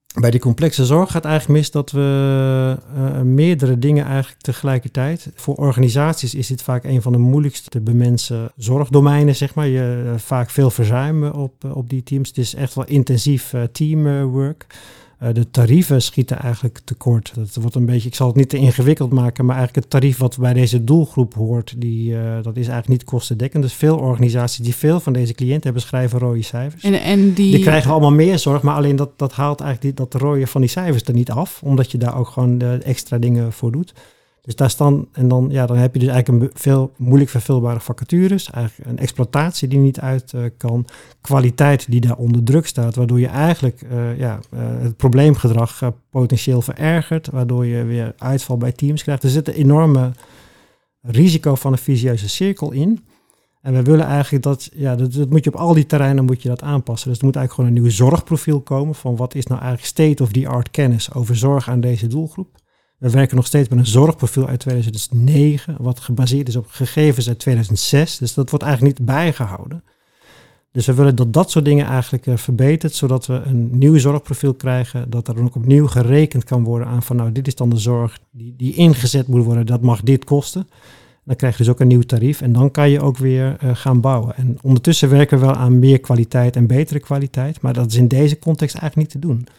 S3: Bij die complexe zorg gaat eigenlijk mis dat we uh, meerdere dingen eigenlijk tegelijkertijd. Voor organisaties is dit vaak een van de moeilijkste te bemensen zorgdomeinen, zeg maar. Je uh, vaak veel verzuimen op, uh, op die teams. Het is echt wel intensief uh, teamwork. Uh, de tarieven schieten eigenlijk tekort. Dat wordt een beetje, ik zal het niet te ingewikkeld maken, maar eigenlijk het tarief wat bij deze doelgroep hoort, die, uh, dat is eigenlijk niet kostendekkend. Dus veel organisaties die veel van deze cliënten hebben, schrijven rode cijfers.
S2: En, en die...
S3: die krijgen allemaal meer zorg, maar alleen dat, dat haalt eigenlijk die, dat rode van die cijfers er niet af, omdat je daar ook gewoon de extra dingen voor doet. Dus daar staan, en dan, ja, dan heb je dus eigenlijk een veel moeilijk vervulbare vacatures, eigenlijk een exploitatie die niet uit uh, kan, kwaliteit die daar onder druk staat, waardoor je eigenlijk uh, ja, uh, het probleemgedrag uh, potentieel verergert, waardoor je weer uitval bij teams krijgt. Er zit een enorme risico van een vicieuze cirkel in. En we willen eigenlijk dat, ja, dat, dat moet je op al die terreinen moet je dat aanpassen. Dus er moet eigenlijk gewoon een nieuw zorgprofiel komen van wat is nou eigenlijk state-of-the-art kennis over zorg aan deze doelgroep. We werken nog steeds met een zorgprofiel uit tweeduizend negen, wat gebaseerd is op gegevens uit tweeduizend zes. Dus dat wordt eigenlijk niet bijgehouden. Dus we willen dat dat soort dingen eigenlijk uh, verbetert, zodat we een nieuw zorgprofiel krijgen, dat er dan ook opnieuw gerekend kan worden aan van nou, dit is dan de zorg die, die ingezet moet worden, dat mag dit kosten. Dan krijg je dus ook een nieuw tarief en dan kan je ook weer uh, gaan bouwen. En ondertussen werken we wel aan meer kwaliteit en betere kwaliteit, maar dat is in deze context eigenlijk niet te doen.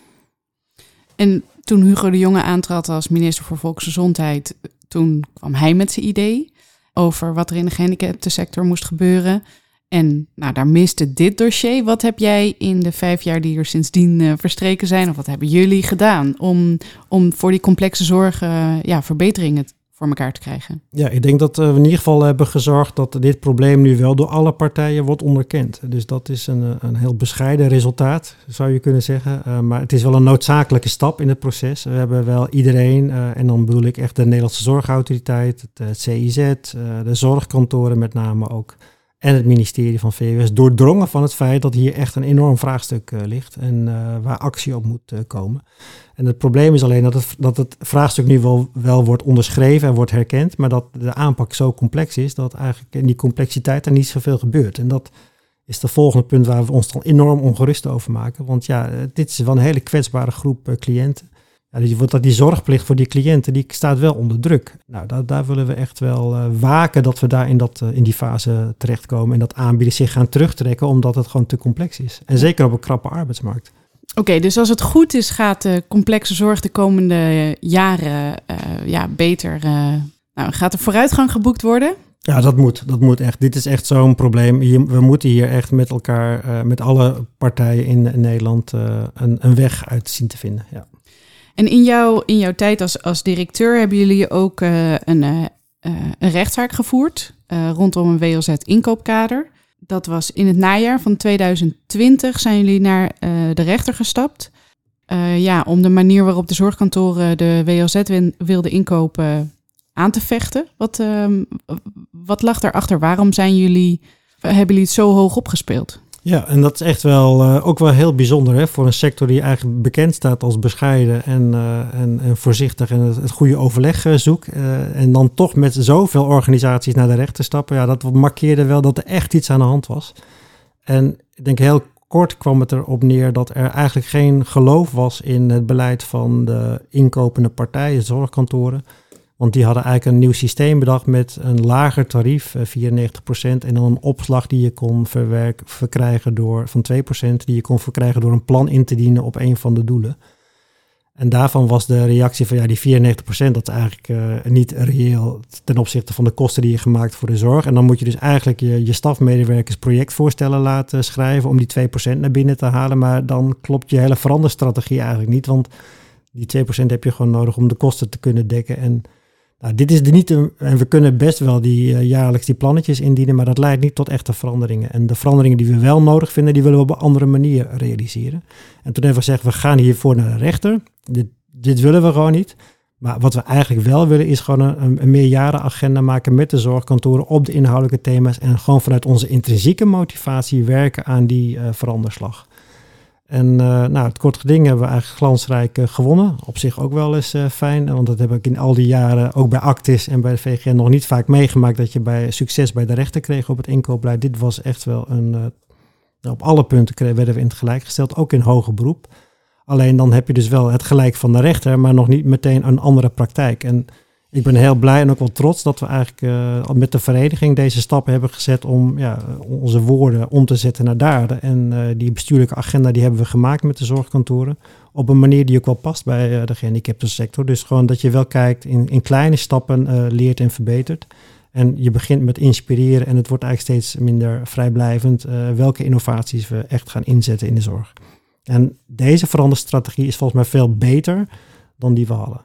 S2: En toen Hugo de Jonge aantrad als minister voor Volksgezondheid, toen kwam hij met zijn idee over wat er in de gehandicaptensector moest gebeuren. En nou, daar miste dit dossier. Wat heb jij in de vijf jaar die er sindsdien uh, verstreken zijn, of wat hebben jullie gedaan om, om voor die complexe zorg uh, ja, verbeteringen voor elkaar te krijgen?
S3: Ja, ik denk dat we in ieder geval hebben gezorgd dat dit probleem nu wel door alle partijen wordt onderkend. Dus dat is een, een heel bescheiden resultaat, zou je kunnen zeggen. Uh, maar het is wel een noodzakelijke stap in het proces. We hebben wel iedereen, uh, en dan bedoel ik echt de Nederlandse Zorgautoriteit, het, het C I Z, uh, de zorgkantoren met name ook, en het ministerie van V W S, doordrongen van het feit dat hier echt een enorm vraagstuk uh, ligt en uh, waar actie op moet uh, komen. En het probleem is alleen dat het, dat het vraagstuk nu wel, wel wordt onderschreven en wordt herkend, maar dat de aanpak zo complex is dat eigenlijk in die complexiteit er niet zoveel gebeurt. En dat is de volgende punt waar we ons dan enorm ongerust over maken. Want ja, dit is wel een hele kwetsbare groep uh, cliënten. Ja, die, dat die zorgplicht voor die cliënten, die staat wel onder druk. Nou, daar, daar willen we echt wel uh, waken dat we daar in, dat, uh, in die fase terechtkomen en dat aanbieders zich gaan terugtrekken omdat het gewoon te complex is. En zeker op een krappe arbeidsmarkt.
S2: Oké, okay, dus als het goed is, gaat de complexe zorg de komende jaren uh, ja, beter. Uh, nou, gaat er vooruitgang geboekt worden?
S3: Ja, dat moet. Dat moet echt. Dit is echt zo'n probleem. Hier, we moeten hier echt met elkaar, uh, met alle partijen in, in Nederland, uh, een, een weg uit zien te vinden. Ja.
S2: En in, jou, in jouw tijd als, als directeur hebben jullie ook uh, een, uh, een rechtszaak gevoerd uh, rondom een W L Z-inkoopkader. Dat was in het najaar van tweeduizend twintig zijn jullie naar uh, de rechter gestapt. Uh, ja, om de manier waarop de zorgkantoren de W L Z win, wilden inkopen aan te vechten. Wat, uh, wat lag daarachter? Waarom zijn jullie, hebben jullie het zo hoog opgespeeld?
S3: Ja, en dat is echt wel uh, ook wel heel bijzonder hè, voor een sector die eigenlijk bekend staat als bescheiden en, uh, en, en voorzichtig en het, het goede overleg uh, zoekt. Uh, en dan toch met zoveel organisaties naar de rechter stappen. Ja, dat markeerde wel dat er echt iets aan de hand was. En ik denk heel kort kwam het erop neer dat er eigenlijk geen geloof was in het beleid van de inkopende partijen, zorgkantoren. Want die hadden eigenlijk een nieuw systeem bedacht met een lager tarief, vierennegentig procent, en dan een opslag die je kon verwerken, verkrijgen door, van twee procent, die je kon verkrijgen door een plan in te dienen op een van de doelen. En daarvan was de reactie van ja, die vierennegentig procent, dat is eigenlijk uh, niet reëel ten opzichte van de kosten die je gemaakt voor de zorg. En dan moet je dus eigenlijk je, je stafmedewerkers projectvoorstellen laten schrijven om die twee procent naar binnen te halen. Maar dan klopt je hele veranderstrategie eigenlijk niet, want die twee procent heb je gewoon nodig om de kosten te kunnen dekken. En nou, dit is de niet een, en we kunnen best wel die uh, jaarlijks die plannetjes indienen, maar dat leidt niet tot echte veranderingen. En de veranderingen die we wel nodig vinden, die willen we op een andere manier realiseren. En toen hebben we gezegd, we gaan hiervoor naar de rechter. Dit, dit willen we gewoon niet. Maar wat we eigenlijk wel willen, is gewoon een, een meerjarenagenda maken met de zorgkantoren op de inhoudelijke thema's en gewoon vanuit onze intrinsieke motivatie werken aan die uh, veranderslag. En uh, nou, het kort geding hebben we eigenlijk glansrijk uh, gewonnen. Op zich ook wel eens uh, fijn, want dat heb ik in al die jaren ook bij Actis en bij de V G N nog niet vaak meegemaakt dat je bij succes bij de rechter kreeg op het inkoopbeleid. Dit was echt wel een, uh, op alle punten kregen, werden we in het gelijk gesteld, ook in hoger beroep. Alleen dan heb je dus wel het gelijk van de rechter, maar nog niet meteen een andere praktijk. En ik ben heel blij en ook wel trots dat we eigenlijk uh, met de vereniging deze stappen hebben gezet om ja, onze woorden om te zetten naar daden. En uh, die bestuurlijke agenda die hebben we gemaakt met de zorgkantoren op een manier die ook wel past bij uh, de gehandicaptensector. Dus gewoon dat je wel kijkt in, in kleine stappen uh, leert en verbetert. En je begint met inspireren en het wordt eigenlijk steeds minder vrijblijvend uh, welke innovaties we echt gaan inzetten in de zorg. En deze veranderstrategie is volgens mij veel beter dan die we hadden.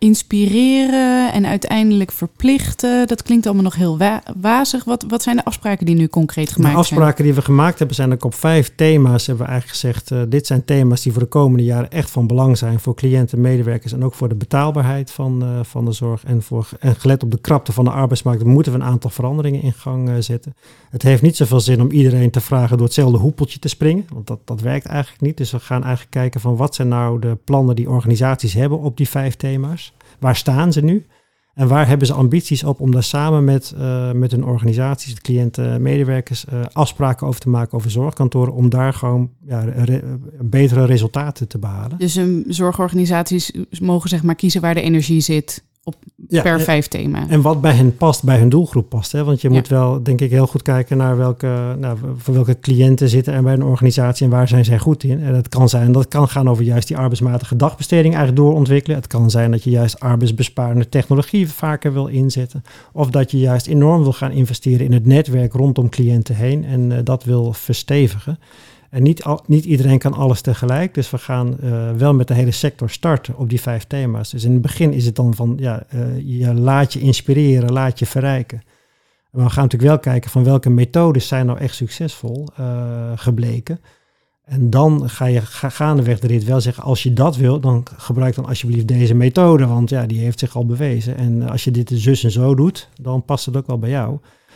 S2: Inspireren en uiteindelijk verplichten, dat klinkt allemaal nog heel wa- wazig. Wat, wat zijn de afspraken die nu concreet gemaakt zijn?
S3: De afspraken zijn? die we gemaakt hebben zijn ook op vijf thema's. Hebben we eigenlijk gezegd, uh, dit zijn thema's die voor de komende jaren echt van belang zijn voor cliënten, medewerkers en ook voor de betaalbaarheid van, uh, van de zorg. En, voor, en gelet op de krapte van de arbeidsmarkt moeten we een aantal veranderingen in gang uh, zetten. Het heeft niet zoveel zin om iedereen te vragen door hetzelfde hoepeltje te springen, want dat, dat werkt eigenlijk niet. Dus we gaan eigenlijk kijken van wat zijn nou de plannen die organisaties hebben op die vijf thema's. Waar staan ze nu? En waar hebben ze ambities op om daar samen met, uh, met hun organisaties, de cliënten, medewerkers, uh, afspraken over te maken over zorgkantoren, om daar gewoon ja, re- betere resultaten te behalen.
S2: Dus um, zorgorganisaties mogen zeg maar kiezen waar de energie zit op ja, per vijf thema.
S3: En wat bij hen past, bij hun doelgroep past. Hè? Want je ja. moet wel, denk ik, heel goed kijken naar welke, nou, voor welke cliënten zitten er bij een organisatie en waar zijn zij goed in. En dat kan zijn, dat kan gaan over juist die arbeidsmatige dagbesteding eigenlijk doorontwikkelen. Het kan zijn dat je juist arbeidsbesparende technologie vaker wil inzetten. Of dat je juist enorm wil gaan investeren in het netwerk rondom cliënten heen en uh, dat wil verstevigen. En niet, al, niet iedereen kan alles tegelijk. Dus we gaan uh, wel met de hele sector starten op die vijf thema's. Dus in het begin is het dan van, ja, uh, je laat je inspireren, laat je verrijken. En we gaan natuurlijk wel kijken van welke methodes zijn nou echt succesvol uh, gebleken. En dan ga je ga, gaandeweg de rit wel zeggen, als je dat wil, dan gebruik dan alsjeblieft deze methode. Want ja, die heeft zich al bewezen. En als je dit zus en zo doet, dan past het ook wel bij jou.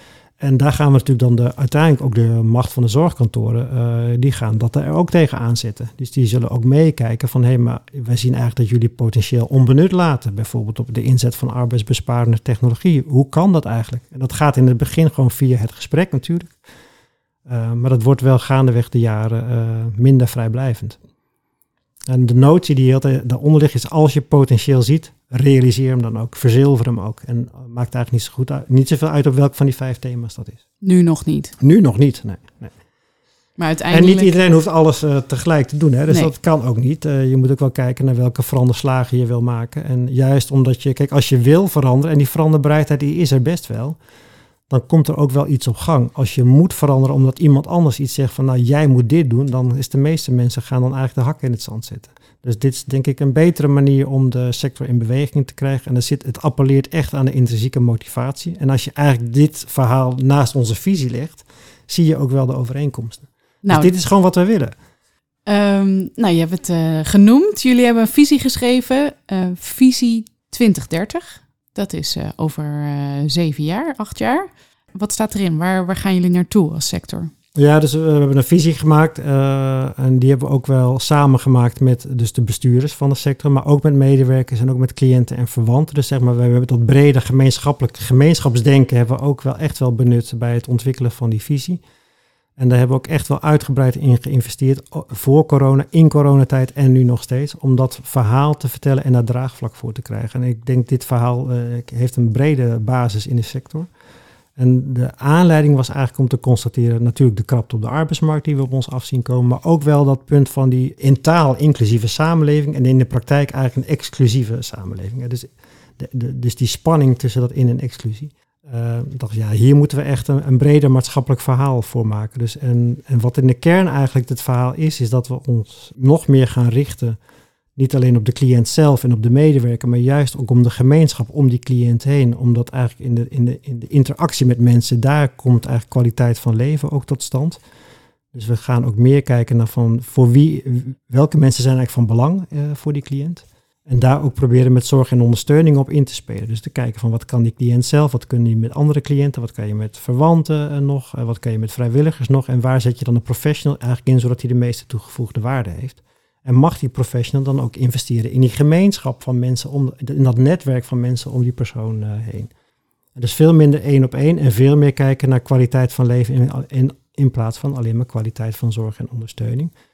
S3: En daar gaan we natuurlijk dan de, uiteindelijk ook de macht van de zorgkantoren, uh, die gaan dat er ook tegen aanzetten. Dus die zullen ook meekijken van, hé, hey, maar wij zien eigenlijk dat jullie potentieel onbenut laten. Bijvoorbeeld op de inzet van arbeidsbesparende technologie. Hoe kan dat eigenlijk? En dat gaat in het begin gewoon via het gesprek natuurlijk. Uh, maar dat wordt wel gaandeweg de jaren uh, minder vrijblijvend. En de notie die altijd daaronder ligt is, als je potentieel ziet, realiseer hem dan ook, verzilver hem ook. En maakt eigenlijk niet zo goed uit, niet zoveel uit op welk van die vijf thema's dat is.
S2: Nu nog niet?
S3: Nu nog niet, nee. nee.
S2: Maar uiteindelijk...
S3: En niet iedereen hoeft alles uh, tegelijk te doen, hè? Dus nee. Dat kan ook niet. Uh, je moet ook wel kijken naar welke veranderslagen je wil maken. En juist omdat je, kijk, als je wil veranderen, en die veranderbereidheid die is er best wel, dan komt er ook wel iets op gang. Als je moet veranderen omdat iemand anders iets zegt van, nou, jij moet dit doen, dan is de meeste mensen gaan dan eigenlijk de hakken in het zand zetten. Dus dit is denk ik een betere manier om de sector in beweging te krijgen. En dan zit, het appelleert echt aan de intrinsieke motivatie. En als je eigenlijk dit verhaal naast onze visie legt, zie je ook wel de overeenkomsten. Nou, dus dit is gewoon wat we willen.
S2: Um, nou, je hebt het uh, genoemd. Jullie hebben een visie geschreven. Uh, visie twintig dertig. Dat is uh, over uh, zeven jaar, acht jaar. Wat staat erin? Waar, waar gaan jullie naartoe als sector?
S3: Ja, dus we hebben een visie gemaakt uh, en die hebben we ook wel samengemaakt met dus de bestuurders van de sector, maar ook met medewerkers en ook met cliënten en verwanten. Dus zeg maar, we hebben dat brede gemeenschappelijk gemeenschapsdenken hebben we ook wel echt wel benut bij het ontwikkelen van die visie. En daar hebben we ook echt wel uitgebreid in geïnvesteerd voor corona, in coronatijd en nu nog steeds, om dat verhaal te vertellen en daar draagvlak voor te krijgen. En ik denk dit verhaal uh, heeft een brede basis in de sector. En de aanleiding was eigenlijk om te constateren, natuurlijk de krapte op de arbeidsmarkt die we op ons af zien komen, maar ook wel dat punt van die in taal inclusieve samenleving en in de praktijk eigenlijk een exclusieve samenleving. Dus, de, de, dus die spanning tussen dat in- en exclusie. Uh, dacht, ja, hier moeten we echt een, een breder maatschappelijk verhaal voor maken. Dus en, en wat in de kern eigenlijk het verhaal is, is dat we ons nog meer gaan richten, niet alleen op de cliënt zelf en op de medewerker, maar juist ook om de gemeenschap, om die cliënt heen. Omdat eigenlijk in de, in de, in de interactie met mensen, daar komt eigenlijk kwaliteit van leven ook tot stand. Dus we gaan ook meer kijken naar van voor wie, welke mensen zijn eigenlijk van belang uh, voor die cliënt. En daar ook proberen met zorg en ondersteuning op in te spelen. Dus te kijken van wat kan die cliënt zelf, wat kunnen die met andere cliënten, wat kan je met verwanten uh, nog, uh, wat kan je met vrijwilligers nog. En waar zet je dan een professional eigenlijk in, zodat hij de meeste toegevoegde waarde heeft. En mag die professional dan ook investeren in die gemeenschap van mensen, om, in dat netwerk van mensen om die persoon uh, heen. En dus veel minder één op één en veel meer kijken naar kwaliteit van leven in, in, in plaats van alleen maar kwaliteit van zorg en ondersteuning.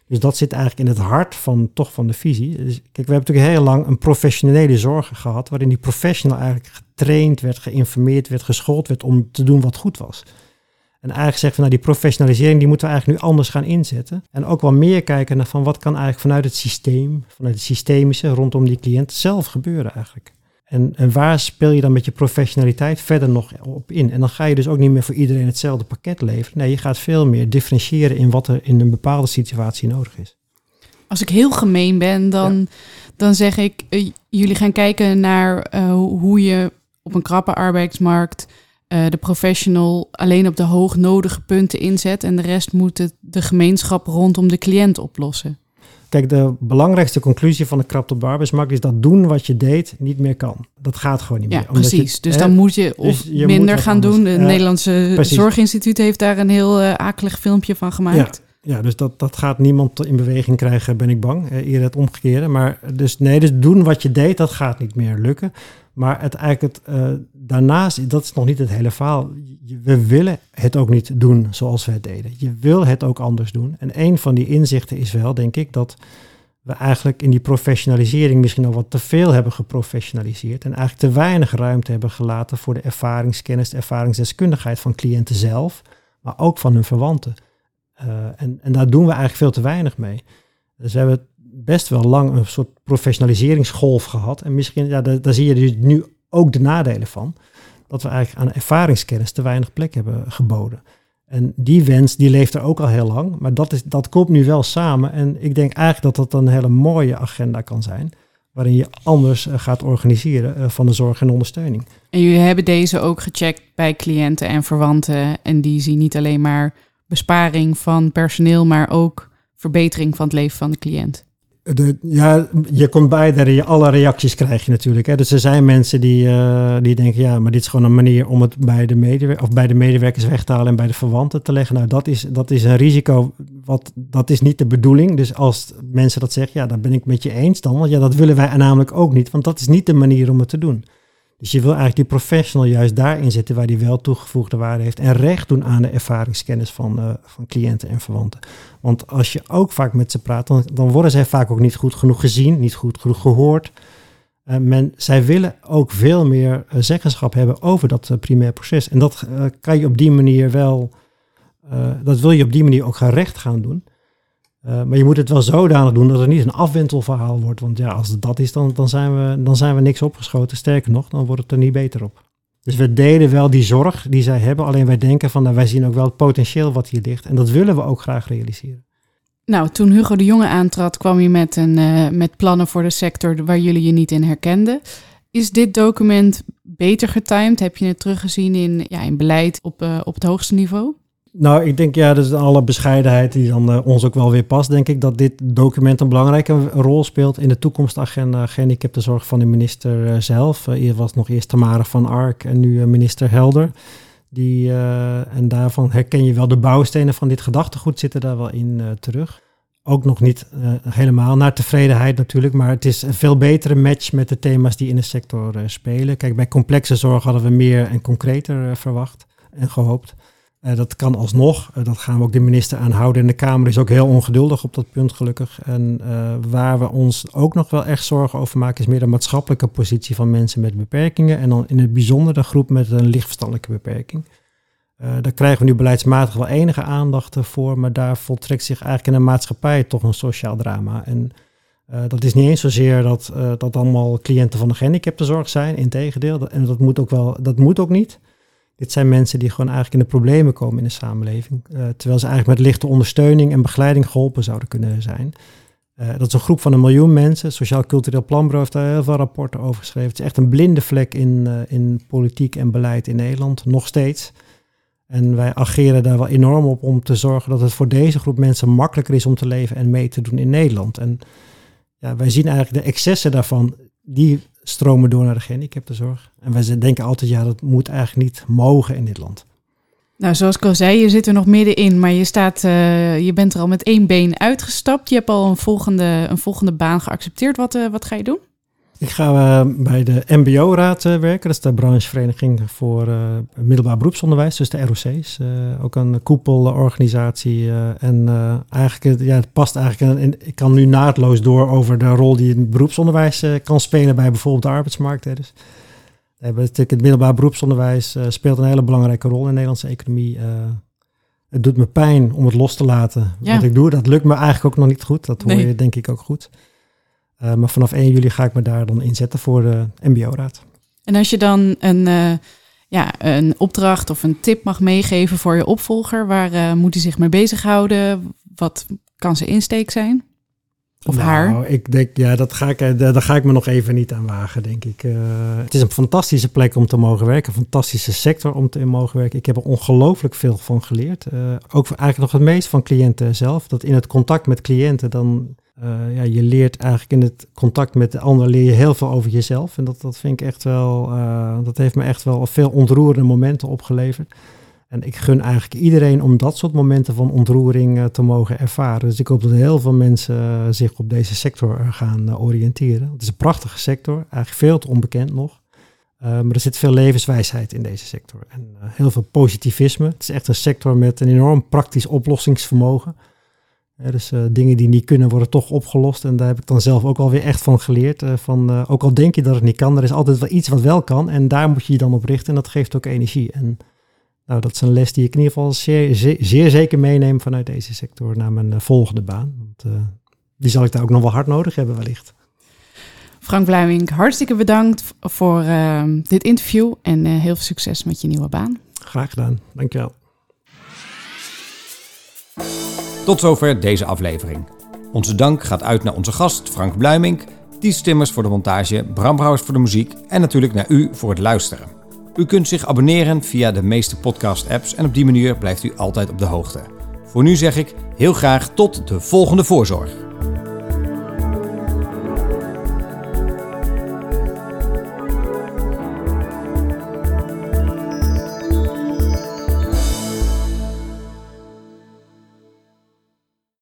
S3: Dus dat zit eigenlijk in het hart van, toch van de visie. Dus, kijk, we hebben natuurlijk heel lang een professionele zorg gehad, waarin die professional eigenlijk getraind werd, geïnformeerd werd, geschoold werd om te doen wat goed was. En eigenlijk zeggen we, nou, die professionalisering, die moeten we eigenlijk nu anders gaan inzetten. En ook wel meer kijken naar van wat kan eigenlijk vanuit het systeem, vanuit het systemische rondom die cliënt zelf gebeuren eigenlijk. En, en waar speel je dan met je professionaliteit verder nog op in? En dan ga je dus ook niet meer voor iedereen hetzelfde pakket leveren. Nee, je gaat veel meer differentiëren in wat er in een bepaalde situatie nodig is.
S2: Als ik heel gemeen ben, dan, ja. dan zeg ik, uh, jullie gaan kijken naar uh, hoe je op een krappe arbeidsmarkt uh, de professional alleen op de hoognodige punten inzet en de rest moet het de gemeenschap rondom de cliënt oplossen.
S3: Kijk, de belangrijkste conclusie van de krapte op de arbeidsmarkt is dat doen wat je deed niet meer kan. Dat gaat gewoon niet
S2: ja,
S3: meer.
S2: Ja, precies.
S3: Je,
S2: dus
S3: hè,
S2: dan moet je of
S3: dus je
S2: minder
S3: moet
S2: gaan
S3: anders.
S2: doen. Het
S3: uh,
S2: Nederlandse
S3: precies.
S2: Zorginstituut heeft daar een heel uh, akelig filmpje van gemaakt.
S3: Ja, ja dus dat, dat gaat niemand in beweging krijgen, ben ik bang. Eh, eerder het omgekeerde. Maar dus nee, dus doen wat je deed, dat gaat niet meer lukken. Maar het eigenlijk het, uh, daarnaast, dat is nog niet het hele verhaal. We willen het ook niet doen zoals we het deden. Je wil het ook anders doen. En een van die inzichten is wel, denk ik, dat we eigenlijk in die professionalisering misschien al wat te veel hebben geprofessionaliseerd en eigenlijk te weinig ruimte hebben gelaten voor de ervaringskennis, de ervaringsdeskundigheid van cliënten zelf, maar ook van hun verwanten. Uh, en, en daar doen we eigenlijk veel te weinig mee. Dus we hebben best wel lang een soort professionaliseringsgolf gehad en misschien, ja, daar, daar zie je dus nu ook de nadelen van, dat we eigenlijk aan ervaringskennis te weinig plek hebben geboden. En die wens, die leeft er ook al heel lang. Maar dat, is, dat komt nu wel samen. En ik denk eigenlijk dat dat een hele mooie agenda kan zijn. Waarin je anders uh, gaat organiseren uh, van de zorg en ondersteuning.
S2: En jullie hebben deze ook gecheckt bij cliënten en verwanten. En die zien niet alleen maar besparing van personeel, maar ook verbetering van het leven van de cliënt.
S3: De, ja, je komt bij, de, alle reacties krijg je natuurlijk. Hè. Dus er zijn mensen die, uh, die denken, ja, maar dit is gewoon een manier om het bij de, medewer- of bij de medewerkers weg te halen en bij de verwanten te leggen. Nou, dat is, dat is een risico, wat, dat is niet de bedoeling. Dus als mensen dat zeggen, ja, daar ben ik met je eens dan. Want ja, dat willen wij namelijk ook niet, want dat is niet de manier om het te doen. Dus je wil eigenlijk die professional juist daarin zetten waar die wel toegevoegde waarde heeft. En recht doen aan de ervaringskennis van, uh, van cliënten en verwanten. Want als je ook vaak met ze praat, dan, dan worden zij vaak ook niet goed genoeg gezien, niet goed genoeg gehoord. Uh, men, zij willen ook veel meer uh, zeggenschap hebben over dat uh, primair proces. En dat uh, kan je op die manier wel, uh, dat wil je op die manier ook gaan recht gaan doen. Uh, maar je moet het wel zodanig doen dat er niet een afwentelverhaal wordt. Want ja, als het dat is, dan, dan, zijn we, dan zijn we niks opgeschoten. Sterker nog, dan wordt het er niet beter op. Dus we delen wel die zorg die zij hebben. Alleen wij denken van, nou, wij zien ook wel het potentieel wat hier ligt. En dat willen we ook graag realiseren.
S2: Nou, toen Hugo de Jonge aantrad, kwam je met, een, uh, met plannen voor de sector waar jullie je niet in herkenden. Is dit document beter getimed? Heb je het teruggezien in, ja, in beleid op, uh, op het hoogste niveau?
S3: Nou, ik denk, ja, dat is alle bescheidenheid die dan uh, ons ook wel weer past, denk ik, dat dit document een belangrijke rol speelt in de toekomstagenda gehandicaptenzorg van de minister uh, zelf. Uh, hier was nog eerst Tamara van Ark en nu uh, minister Helder. Die, uh, en daarvan herken je wel de bouwstenen van dit gedachtegoed zitten daar wel in uh, terug. Ook nog niet uh, helemaal naar tevredenheid natuurlijk, maar het is een veel betere match met de thema's die in de sector uh, spelen. Kijk, bij complexe zorg hadden we meer en concreter uh, verwacht en gehoopt. Uh, dat kan alsnog, uh, dat gaan we ook de minister aanhouden. En de Kamer is ook heel ongeduldig op dat punt gelukkig. En uh, waar we ons ook nog wel echt zorgen over maken is meer de maatschappelijke positie van mensen met beperkingen. En dan in het bijzonder de groep met een lichtverstandelijke beperking. Uh, daar krijgen we nu beleidsmatig wel enige aandacht voor, maar daar voltrekt zich eigenlijk in de maatschappij toch een sociaal drama. En uh, dat is niet eens zozeer dat uh, dat allemaal cliënten van de gehandicaptenzorg zijn, integendeel. Dat, en dat moet ook wel, dat moet ook niet. Dit zijn mensen die gewoon eigenlijk in de problemen komen in de samenleving. Uh, terwijl ze eigenlijk met lichte ondersteuning en begeleiding geholpen zouden kunnen zijn. Uh, dat is een groep van een miljoen mensen. Sociaal Cultureel Planbureau heeft daar heel veel rapporten over geschreven. Het is echt een blinde vlek in, uh, in politiek en beleid in Nederland, nog steeds. En wij ageren daar wel enorm op om te zorgen dat het voor deze groep mensen makkelijker is om te leven en mee te doen in Nederland. En ja, wij zien eigenlijk de excessen daarvan, die stromen door naar de gehandicaptenzorg. En wij denken altijd, ja, dat moet eigenlijk niet mogen in dit land.
S2: Nou, zoals ik al zei, je zit er nog middenin, maar je, staat, uh, je bent er al met één been uitgestapt. Je hebt al een volgende, een volgende baan geaccepteerd. Wat, uh, wat ga je doen?
S3: Ik ga uh, bij de M B O-raad uh, werken. Dat is de branchevereniging voor uh, middelbaar beroepsonderwijs, dus de R O C's. Uh, ook een koepelorganisatie. Uh, en uh, eigenlijk, ja, het past eigenlijk. In, ik kan nu naadloos door over de rol die het beroepsonderwijs uh, kan spelen bij bijvoorbeeld de arbeidsmarkt. Hè. Dus, we hebben natuurlijk het middelbaar beroepsonderwijs uh, speelt een hele belangrijke rol in de Nederlandse economie. Uh, het doet me pijn om het los te laten
S2: Ja.
S3: wat ik doe. Dat lukt me eigenlijk ook nog niet goed. Dat hoor
S2: Nee.
S3: je denk ik ook goed. Uh, maar vanaf één juli ga ik me daar dan inzetten voor de M B O-raad.
S2: En als je dan een, uh, ja, een opdracht of een tip mag meegeven voor je opvolger, waar uh, moet hij zich mee bezighouden? Wat kan zijn insteek zijn? Of
S3: nou,
S2: haar?
S3: Ik denk, ja, dat ga ik, daar ga ik me nog even niet aan wagen, denk ik. Uh, het is een fantastische plek om te mogen werken. Een fantastische sector om te mogen werken. Ik heb er ongelooflijk veel van geleerd. Uh, ook eigenlijk nog het meest van cliënten zelf. Dat in het contact met cliënten dan... Uh, ja, je leert eigenlijk in het contact met de ander leer je heel veel over jezelf. En dat, dat vind ik echt wel, uh, dat heeft me echt wel veel ontroerende momenten opgeleverd. En ik gun eigenlijk iedereen om dat soort momenten van ontroering uh, te mogen ervaren. Dus ik hoop dat heel veel mensen uh, zich op deze sector uh, gaan uh, oriënteren. Het is een prachtige sector, eigenlijk veel te onbekend nog. Uh, maar er zit veel levenswijsheid in deze sector. En uh, heel veel positivisme. Het is echt een sector met een enorm praktisch oplossingsvermogen. Ja, dus uh, dingen die niet kunnen worden toch opgelost. En daar heb ik dan zelf ook alweer echt van geleerd. Uh, van, uh, ook al denk je dat het niet kan, er is altijd wel iets wat wel kan. En daar moet je je dan op richten. En dat geeft ook energie. En nou, dat is een les die ik in ieder geval zeer, zeer, zeer zeker meeneem vanuit deze sector naar mijn uh, volgende baan. Want uh, die zal ik daar ook nog wel hard nodig hebben wellicht.
S2: Frank Bluymink, hartstikke bedankt voor uh, dit interview. En uh, heel veel succes met je nieuwe baan.
S3: Graag gedaan. Dankjewel.
S1: Tot zover deze aflevering. Onze dank gaat uit naar onze gast Frank Bluymink, Ties Timmers voor de montage, Bram Brouwers voor de muziek en natuurlijk naar u voor het luisteren. U kunt zich abonneren via de meeste podcast-apps en op die manier blijft u altijd op de hoogte. Voor nu zeg ik heel graag tot de volgende voorzorg.